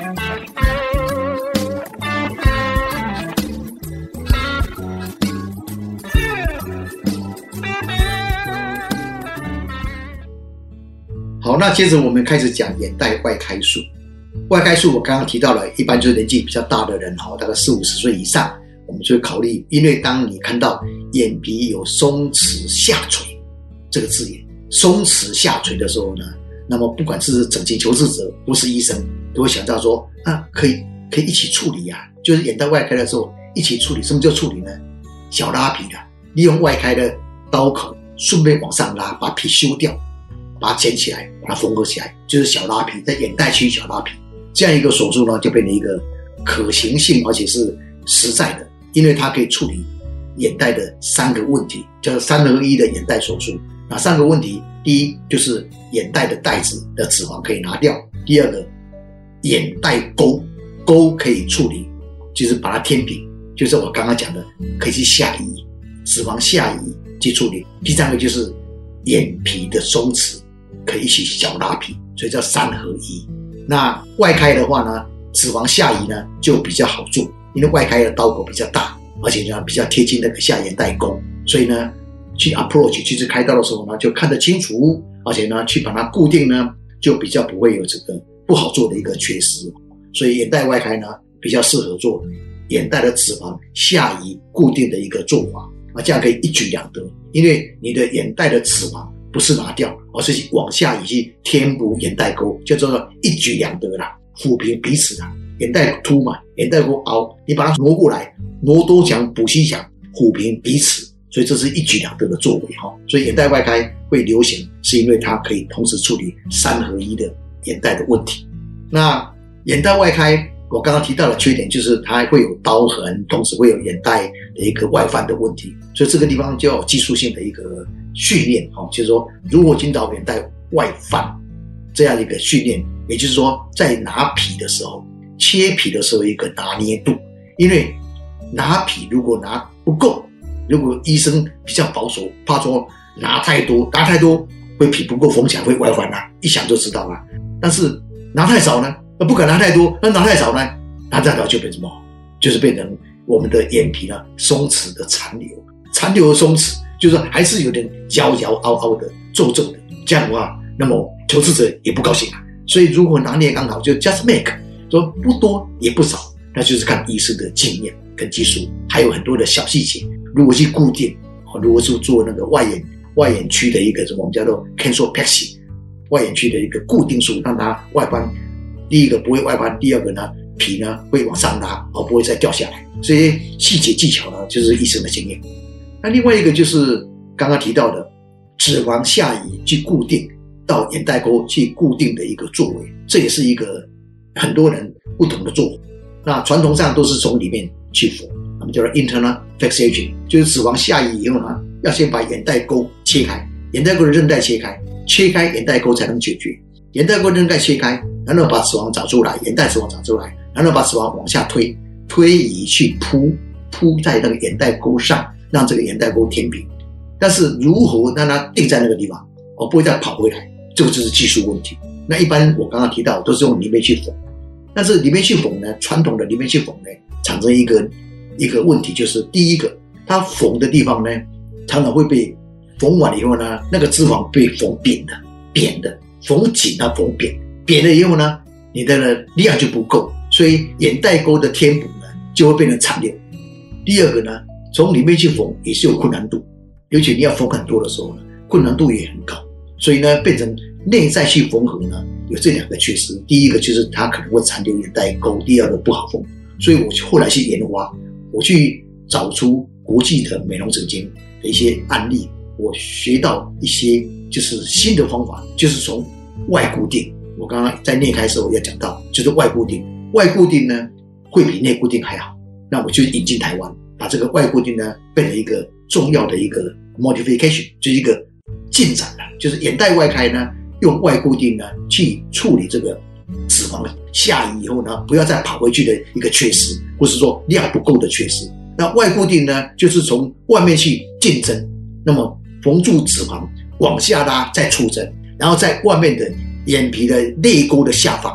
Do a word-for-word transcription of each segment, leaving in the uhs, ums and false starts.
好，那接着我们开始讲眼袋外开术。外开术我刚刚提到了，一般就是年纪比较大的人，大概四五十岁以上，我们就会考虑，因为当你看到眼皮有松弛下垂这个字眼，松弛下垂的时候呢，那么不管是整形求治者或是医生，都会想到说，啊，可以可以一起处理啊，就是眼袋外开的时候一起处理。什么叫处理呢？小拉皮的，利用外开的刀口，顺便往上拉，把皮修掉，把它捡起来，把它缝合起来，就是小拉皮，在眼袋区小拉皮。这样一个手术呢，就变成一个可行性而且是实在的，因为它可以处理眼袋的三个问题，叫做三合一的眼袋手术。哪三个问题？第一就是眼袋的袋子的脂肪可以拿掉；第二个，眼袋沟沟可以处理，就是把它填平，就是我刚刚讲的，可以去下移脂肪下移去处理；第三个就是眼皮的松弛，可以一起小拉皮，所以叫三合一。那外开的话呢，脂肪下移呢就比较好做，因为外开的刀口比较大，而且呢比较贴近那个下眼袋沟，所以呢去 approach 去开刀的时候呢就看得清楚，而且呢去把它固定呢就比较不会有这个不好做的一个缺失。所以眼袋外开呢比较适合做眼袋的脂肪下移固定的一个做法，啊，这样可以一举两得，因为你的眼袋的脂肪不是拿掉，而是往下移去填补眼袋沟，叫做一举两得啦，抚平彼此啦。眼袋凸嘛，眼袋沟凹，你把它挪过来，挪多强补西强，抚平彼此，所以这是一举两得的作为哈。所以眼袋外开会流行，是因为它可以同时处理三合一的眼袋的问题。那眼袋外开，我刚刚提到的缺点就是它会有刀痕，同时会有眼袋的一个外翻的问题，所以这个地方就要有技术性的一个训练，就是说如何引导眼袋外翻这样的一个训练，也就是说在拿皮的时候，切皮的时候一个拿捏度，因为拿皮如果拿不够，如果医生比较保守，怕说拿太多，拿太多会皮不够缝起来会外翻啊，一想就知道了。但是拿太少呢，不敢拿太多，那拿太少呢，拿太少就变成什么？就是变成我们的眼皮呢松弛的残留，残留的松弛就是还是有点摇摇凹凹的皱皱的，这样的话，那么求治者也不高兴啊。所以如果拿捏刚好，就 just make， 说不多也不少，那就是看医师的经验跟技术，还有很多的小细节，如果去固定，如果是做那个外眼外眼区的一个什么我们叫做 cancelopexy， 外眼区的一个固定术，让它外翻，第一个不会外翻，第二个呢皮呢会往上拉，而不会再掉下来。这些细节技巧呢，就是医生的经验。那另外一个就是刚刚提到的脂肪下移去固定到眼袋沟去固定的一个作为，这也是一个很多人不同的做法。那传统上都是从里面去缝，我们叫做 internal fixation， 就是脂肪下移以后呢，要先把眼袋沟切开，眼袋沟的韧带切开，切开眼袋沟才能解决。眼袋沟韧带切开，然后把脂肪长出来，眼袋脂肪长出来，然后把脂肪往下推，推移去铺铺在那个眼袋沟上，让这个眼袋沟填平。但是如何让它定在那个地方，而不会再跑回来，这个就是技术问题。那一般我刚刚提到都是用里面去缝，但是里面去缝呢，传统的里面去缝呢，产生一个一个问题，就是第一个，它缝的地方呢，常常会被缝完以后呢，那个脂肪被缝扁的，扁的。缝紧它缝扁，扁了以后呢，你的量就不够，所以眼袋沟的填补呢就会变成残留。第二个呢，从里面去缝也是有困难度，尤其你要缝很多的时候呢，困难度也很高，所以呢变成内在去缝合呢有这两个缺失。第一个就是它可能会残留眼袋沟，第二个不好缝。所以我后来去研挖，我去找出国际的美容整形的一些案例，我学到一些就是新的方法，就是从外固定。我刚刚在内开的时候要讲到，就是外固定。外固定呢会比内固定还好，那我就引进台湾，把这个外固定呢变成一个重要的一个 modification， 就是一个进展了，就是眼袋外开呢用外固定呢去处理这个脂肪下移以后呢，不要再跑回去的一个缺失，或是说量不够的缺失。那外固定呢就是从外面去进增，那么缝住脂肪往下拉再出增，然后在外面的眼皮的泪沟的下方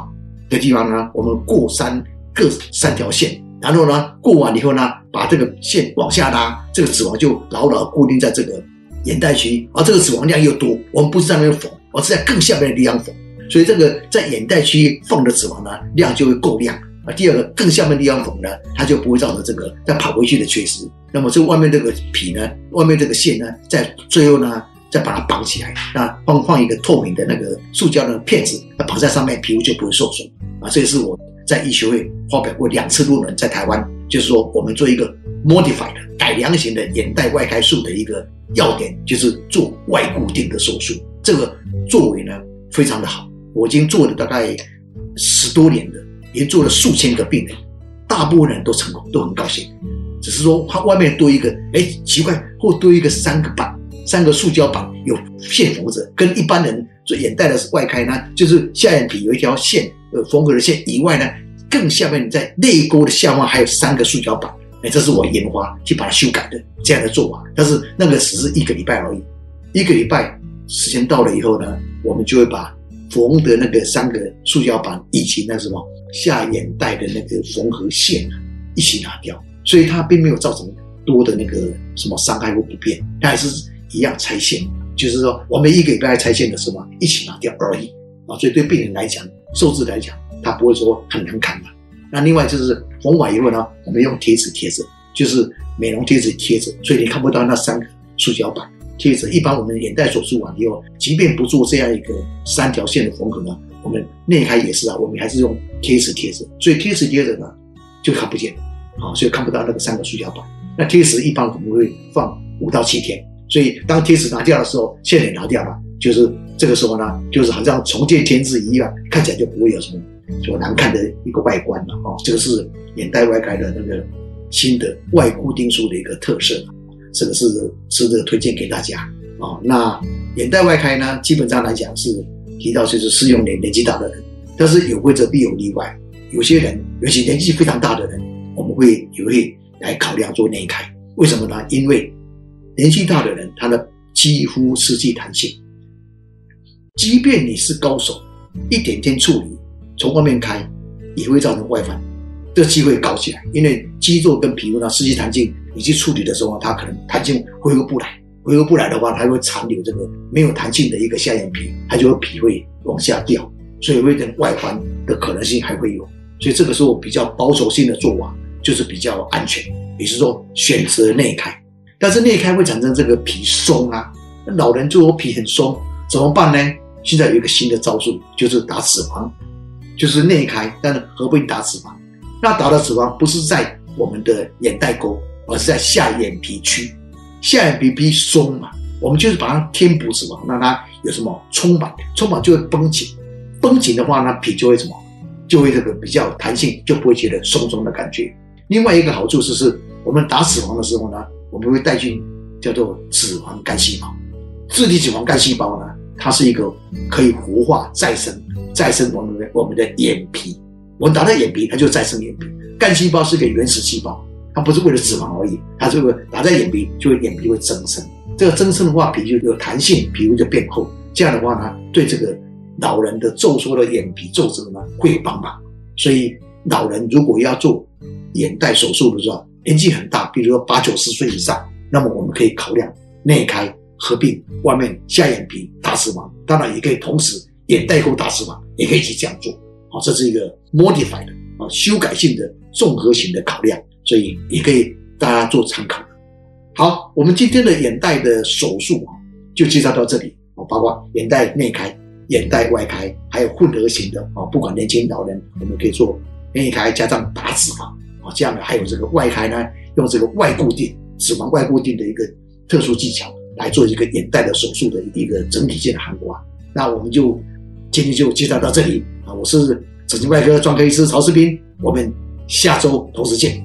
的地方呢，我们过三各三条线，然后呢过完以后呢，把这个线往下拉，这个脂肪就牢牢固定在这个眼袋区，而这个脂肪量又多，我们不是在那边缝，而是在更下面的地方缝，所以这个在眼袋区放的脂肪呢量就会够量。啊，第二个更下面的地方缝呢，它就不会造成这个再跑回去的缺失。那么这外面这个皮呢，外面这个线呢，在最后呢再把它绑起来，那放放一个透明的那个塑胶的片子，那绑在上面，皮肤就不会受损啊。这也是我在医学会发表过两次论文，在台湾，就是说我们做一个 modified 改良型的眼袋外开术的一个要点，就是做外固定的手术。这个作为呢非常的好，我已经做了大概十多年了。已经做了数千个病人，大部分人都成功，都很高兴。只是说它外面多一个，哎，奇怪，或多一个三个板，三个塑胶板有线缝着，跟一般人做眼袋的外开呢，就是下眼皮有一条线，呃，缝合的线以外呢，更下面在泪沟的下方还有三个塑胶板，哎，这是我研发去把它修改的这样的做法。但是那个只是一个礼拜而已，一个礼拜时间到了以后呢，我们就会把缝的那个三个塑胶板以及那什么下眼袋的那个缝合线啊一起拿掉，所以它并没有造成多的那个什么伤害或不便，它还是一样拆线，就是说我们一个礼拜拆线的时候一起拿掉而已啊。所以对病人来讲，受治来讲，他不会说很难看的。那另外就是缝完以后呢，我们用贴纸贴着，就是美容贴纸贴着，所以你看不到那三个塑胶板贴着。一般我们眼袋手术完以后，即便不做这样一个三条线的缝合呢，我们内开也是啊，我们还是用贴纸贴着，所以贴纸贴着呢就看不见啊，所以看不到那个三个塑胶板。那贴纸一般我们会放五到七天，所以当贴纸拿掉的时候，线也拿掉了，就是这个时候呢，就是好像重见天日一样，看起来就不会有什么什么难看的一个外观了啊。这个是眼袋外开的那个新的外固定术的一个特色，这个是值得推荐给大家啊。那眼袋外开呢，基本上来讲是提到就是适用年年纪大的人，但是有规则必有例外。有些人，尤其年纪非常大的人，我们会也会来考量做内开。为什么呢？因为年纪大的人，他的肌肤失去弹性，即便你是高手，一点点处理，从外面开也会造成外翻，这个机会高起来。因为肌肉跟皮肤呢失去弹性，你去处理的时候，它可能弹性恢复不来。恢复不来的话，它会残留这个没有弹性的一个下眼皮，它就会皮会往下掉，所以会等外翻的可能性还会有。所以这个是我比较保守性的做法，就是比较安全，也就是说选择内开。但是内开会产生这个皮松啊，老人做皮很松怎么办呢？现在有一个新的招数，就是打脂肪，就是内开，但是合并打脂肪。那打的脂肪不是在我们的眼袋沟，而是在下眼皮区。下眼皮皮松嘛，我们就是把它填补脂肪，让它有什么充满，充满就会绷紧，绷紧的话呢，皮就会什么，就会这个比较有弹性，就不会觉得松松的感觉。另外一个好处是，是我们打脂肪的时候呢，我们会带进叫做脂肪干细胞。自体脂肪干细胞呢，它是一个可以活化再生再生我们的我们的眼皮。我们打在眼皮，它就再生眼皮。干细胞是个原始细胞，它不是为了脂肪而已，它这个打在眼皮，就会眼皮会增生。这个增生的话，皮就有弹性，皮肤就变厚。这样的话呢，对这个老人的皱缩的眼皮皱褶呢会有帮忙。所以老人如果要做眼袋手术的时候，年纪很大，比如说八九十岁以上，那么我们可以考量内开合并外面下眼皮打脂肪，当然也可以同时眼袋沟打脂肪，也可以去这样做。好，这是一个 modified 啊修改性的综合型的考量，所以也可以大家做参考。好，我们今天的眼袋的手术就介绍到这里，包括眼袋内开、眼袋外开，还有混合型的，不管年轻老人，我们可以做内开加上打脂肪，这样的还有这个外开呢，用这个外固定脂肪外固定的一个特殊技巧来做一个眼袋的手术的一个整体性的涵盖。那我们就今天就介绍到这里啊，我是整形外科专科医师曹世斌，我们下周同时见。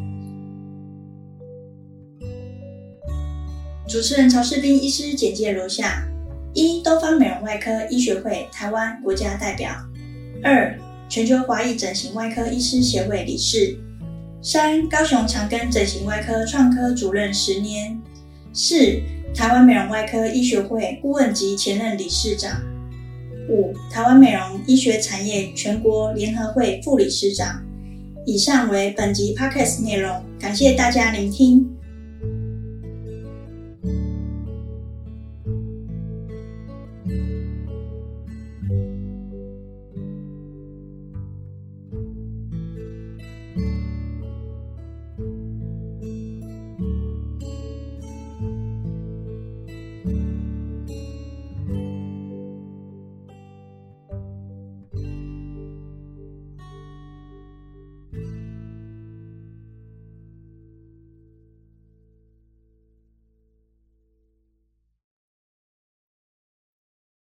主持人曹世斌医师简介如下：一、东方美容外科医学会台湾国家代表；二、全球华裔整形外科医师协会理事；三、高雄长庚整形外科创科主任十年；四、台湾美容外科医学会顾问及前任理事长； 五、台湾美容医学产业全国联合会副理事长。以上为本集 Podcast 内容，感谢大家聆听。